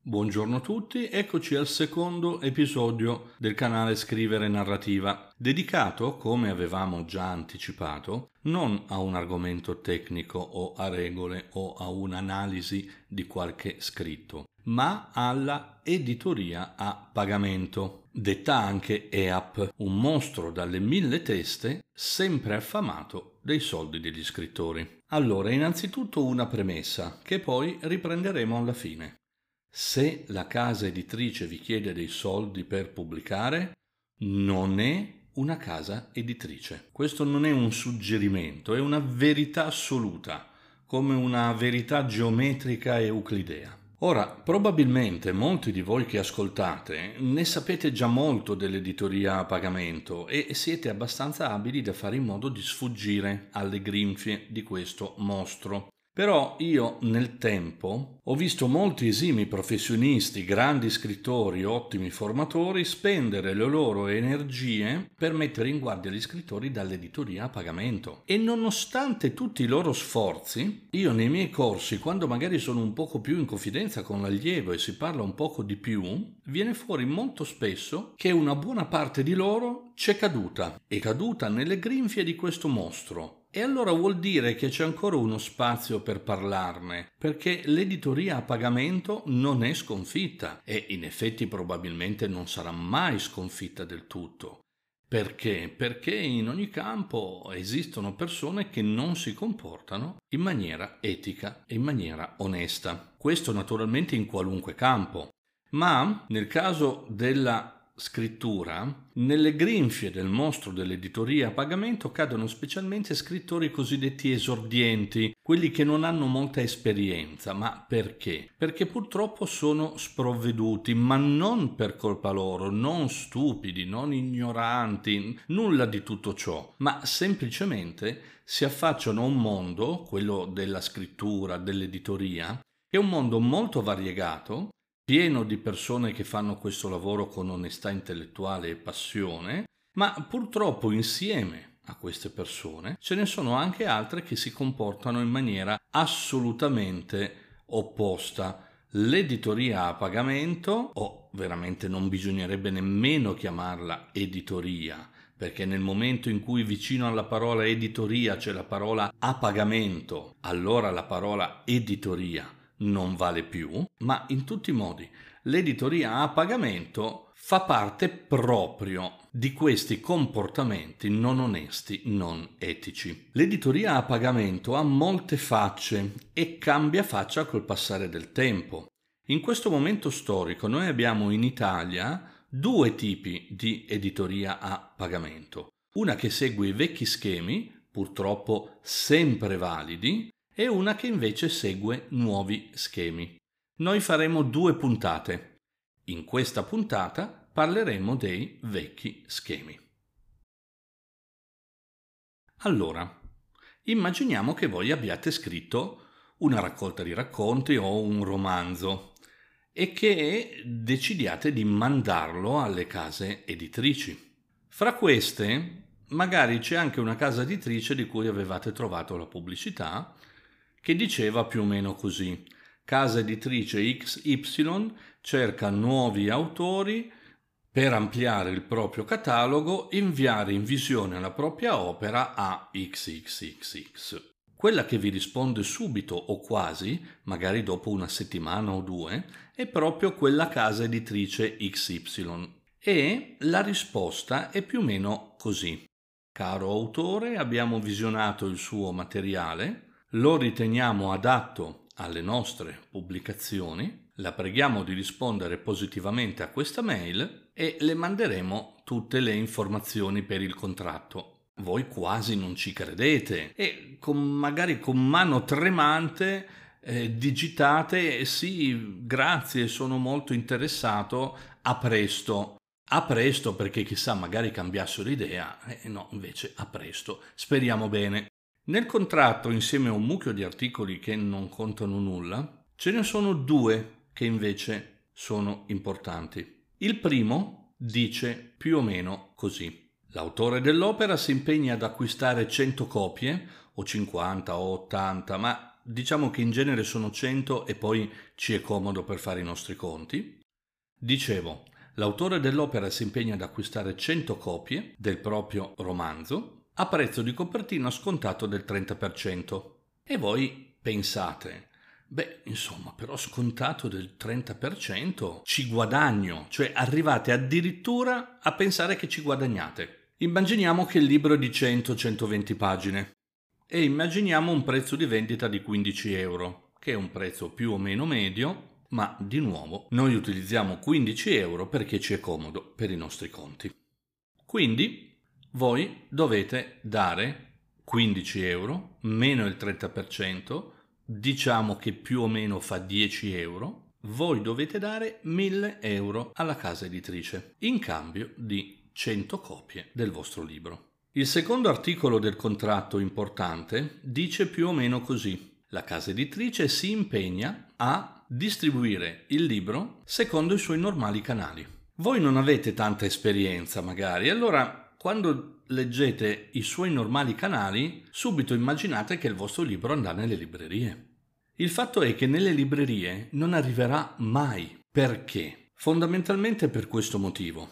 Buongiorno a tutti, eccoci al secondo episodio del canale Scrivere Narrativa, dedicato, come avevamo già anticipato, non a un argomento tecnico o a regole o a un'analisi di qualche scritto, ma alla editoria a pagamento, detta anche EAP, un mostro dalle 1000 teste sempre affamato dei soldi degli scrittori. Allora, innanzitutto una premessa, che poi riprenderemo alla fine. Se la casa editrice vi chiede dei soldi per pubblicare, non è una casa editrice. Questo non è un suggerimento, è una verità assoluta, come una verità geometrica euclidea. Ora, probabilmente molti di voi che ascoltate ne sapete già molto dell'editoria a pagamento e siete abbastanza abili da fare in modo di sfuggire alle grinfie di questo mostro. Però io nel tempo ho visto molti esimi professionisti, grandi scrittori, ottimi formatori spendere le loro energie per mettere in guardia gli scrittori dall'editoria a pagamento. E nonostante tutti i loro sforzi, io nei miei corsi, quando magari sono un poco più in confidenza con l'allievo e si parla un poco di più, viene fuori molto spesso che una buona parte di loro è caduta nelle grinfie di questo mostro. E allora vuol dire che c'è ancora uno spazio per parlarne, perché l'editoria a pagamento non è sconfitta e in effetti probabilmente non sarà mai sconfitta del tutto. Perché? Perché in ogni campo esistono persone che non si comportano in maniera etica e in maniera onesta. Questo naturalmente in qualunque campo. Ma nel caso della scrittura, nelle grinfie del mostro dell'editoria a pagamento cadono specialmente scrittori cosiddetti esordienti, quelli che non hanno molta esperienza. Ma perché? Perché purtroppo sono sprovveduti, ma non per colpa loro, non stupidi, non ignoranti, nulla di tutto ciò, ma semplicemente si affacciano a un mondo, quello della scrittura, dell'editoria, che è un mondo molto variegato, pieno di persone che fanno questo lavoro con onestà intellettuale e passione, ma purtroppo insieme a queste persone ce ne sono anche altre che si comportano in maniera assolutamente opposta. L'editoria a pagamento, o veramente non bisognerebbe nemmeno chiamarla editoria, perché nel momento in cui vicino alla parola editoria c'è la parola a pagamento, allora la parola editoria non vale più, ma in tutti i modi l'editoria a pagamento fa parte proprio di questi comportamenti non onesti, non etici. L'editoria a pagamento ha molte facce e cambia faccia col passare del tempo. In questo momento storico noi abbiamo in Italia due tipi di editoria a pagamento. Una che segue i vecchi schemi, purtroppo sempre validi, e una che invece segue nuovi schemi. Noi faremo 2 puntate. In questa puntata parleremo dei vecchi schemi. Allora, immaginiamo che voi abbiate scritto una raccolta di racconti o un romanzo e che decidiate di mandarlo alle case editrici. Fra queste, magari c'è anche una casa editrice di cui avevate trovato la pubblicità che diceva più o meno così: casa editrice XY cerca nuovi autori per ampliare il proprio catalogo, inviare in visione la propria opera a XXXX. Quella che vi risponde subito o quasi, magari dopo una settimana o 2, è proprio quella casa editrice XY. E la risposta è più o meno così: caro autore, abbiamo visionato il suo materiale, lo riteniamo adatto alle nostre pubblicazioni, la preghiamo di rispondere positivamente a questa mail e le manderemo tutte le informazioni per il contratto. Voi quasi non ci credete e magari con mano tremante digitate: sì, grazie, sono molto interessato, a presto. A presto, perché chissà, magari cambiassero l'idea. No, invece a presto. Speriamo bene. Nel contratto, insieme a un mucchio di articoli che non contano nulla, ce ne sono 2 che invece sono importanti. Il primo dice più o meno così: l'autore dell'opera si impegna ad acquistare 100 copie, o 50 o 80, ma diciamo che in genere sono 100 e poi ci è comodo per fare i nostri conti. Dicevo, l'autore dell'opera si impegna ad acquistare 100 copie del proprio romanzo a prezzo di copertina scontato del 30%. E voi pensate, beh, insomma, però scontato del 30% ci guadagno, cioè arrivate addirittura a pensare che ci guadagnate. Immaginiamo che il libro è di 100-120 pagine e immaginiamo un prezzo di vendita di 15 euro, che è un prezzo più o meno medio, ma di nuovo noi utilizziamo 15 euro perché ci è comodo per i nostri conti. Quindi voi dovete dare 15 euro meno il 30%, diciamo che più o meno fa 10 euro, voi dovete dare 1.000 euro alla casa editrice in cambio di 100 copie del vostro libro. Il secondo articolo del contratto importante dice più o meno così: la casa editrice si impegna a distribuire il libro secondo i suoi normali canali. Voi non avete tanta esperienza magari, allora quando leggete i suoi normali canali, subito immaginate che il vostro libro andrà nelle librerie. Il fatto è che nelle librerie non arriverà mai. Perché? Fondamentalmente per questo motivo.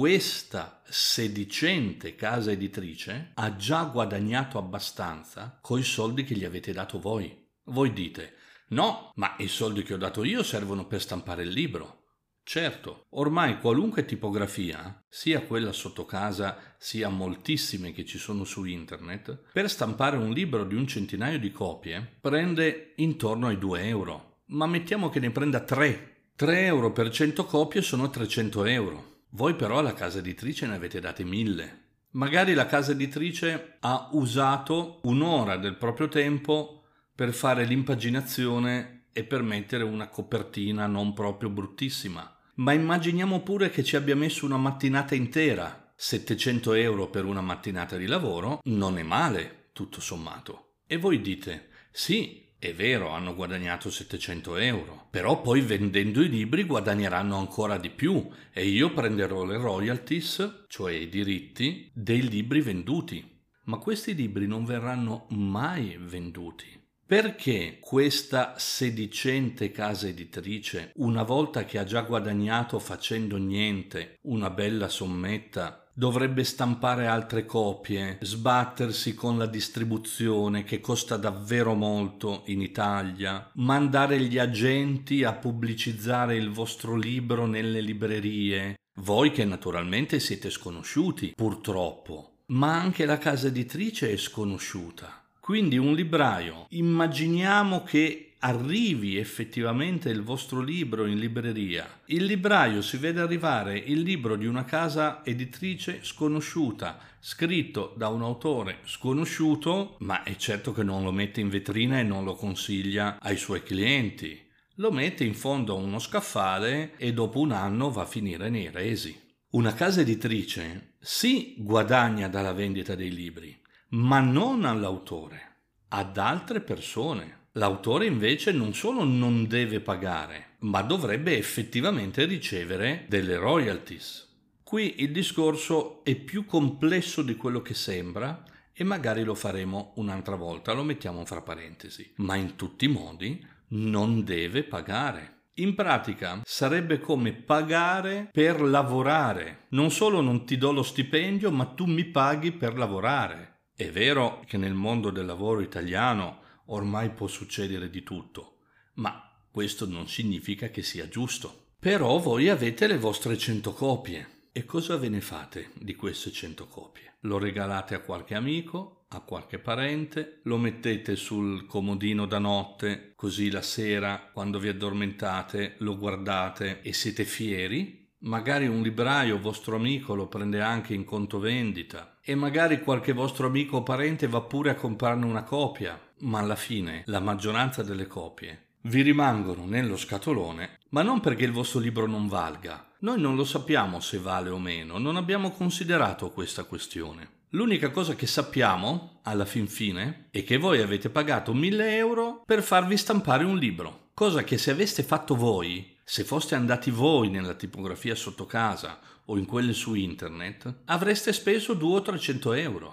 Questa sedicente casa editrice ha già guadagnato abbastanza coi soldi che gli avete dato voi. Voi dite, no, ma i soldi che ho dato io servono per stampare il libro. Certo, ormai qualunque tipografia, sia quella sotto casa, sia moltissime che ci sono su internet, per stampare un libro di un centinaio di copie prende intorno ai 2 euro. Ma mettiamo che ne prenda 3. 3 euro per 100 copie sono 300 euro. Voi però alla casa editrice ne avete date 1.000. Magari la casa editrice ha usato un'ora del proprio tempo per fare l'impaginazione e per mettere una copertina non proprio bruttissima. Ma immaginiamo pure che ci abbia messo una mattinata intera. 700 euro per una mattinata di lavoro non è male, tutto sommato. E voi dite, sì, è vero, hanno guadagnato 700 euro, però poi vendendo i libri guadagneranno ancora di più e io prenderò le royalties, cioè i diritti, dei libri venduti. Ma questi libri non verranno mai venduti. Perché questa sedicente casa editrice, una volta che ha già guadagnato facendo niente una bella sommetta, dovrebbe stampare altre copie, sbattersi con la distribuzione che costa davvero molto in Italia, mandare gli agenti a pubblicizzare il vostro libro nelle librerie? Voi che naturalmente siete sconosciuti, purtroppo, ma anche la casa editrice è sconosciuta. Quindi un libraio, immaginiamo che arrivi effettivamente il vostro libro in libreria. Il libraio si vede arrivare il libro di una casa editrice sconosciuta, scritto da un autore sconosciuto, ma è certo che non lo mette in vetrina e non lo consiglia ai suoi clienti. Lo mette in fondo a uno scaffale e dopo un anno va a finire nei resi. Una casa editrice sì guadagna dalla vendita dei libri, ma non all'autore, ad altre persone. L'autore invece non solo non deve pagare, ma dovrebbe effettivamente ricevere delle royalties. Qui il discorso è più complesso di quello che sembra e magari lo faremo un'altra volta, lo mettiamo fra parentesi, ma in tutti i modi non deve pagare. In pratica sarebbe come pagare per lavorare. Non solo non ti do lo stipendio, ma tu mi paghi per lavorare. È vero che nel mondo del lavoro italiano ormai può succedere di tutto, ma questo non significa che sia giusto. Però voi avete le vostre 100 copie. E cosa ve ne fate di queste 100 copie? Lo regalate a qualche amico, a qualche parente, lo mettete sul comodino da notte, così la sera, quando vi addormentate, lo guardate e siete fieri? Magari un libraio, vostro amico, lo prende anche in conto vendita e magari qualche vostro amico o parente va pure a comprarne una copia, ma alla fine la maggioranza delle copie vi rimangono nello scatolone, ma non perché il vostro libro non valga. Noi non lo sappiamo se vale o meno, non abbiamo considerato questa questione. L'unica cosa che sappiamo, alla fin fine, è che voi avete pagato 1.000 euro per farvi stampare un libro, cosa che se aveste fatto voi, se foste andati voi nella tipografia sotto casa o in quelle su internet, avreste speso 200 o 300 euro.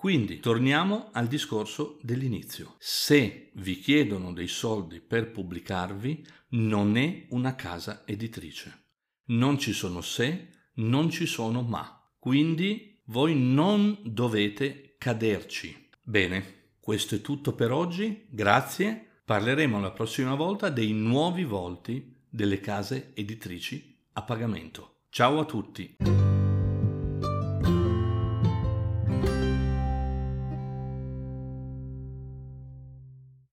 Quindi torniamo al discorso dell'inizio. Se vi chiedono dei soldi per pubblicarvi, non è una casa editrice. Non ci sono se, non ci sono ma. Quindi voi non dovete caderci. Bene, questo è tutto per oggi. Grazie. Parleremo la prossima volta dei nuovi volti delle case editrici a pagamento. Ciao a tutti!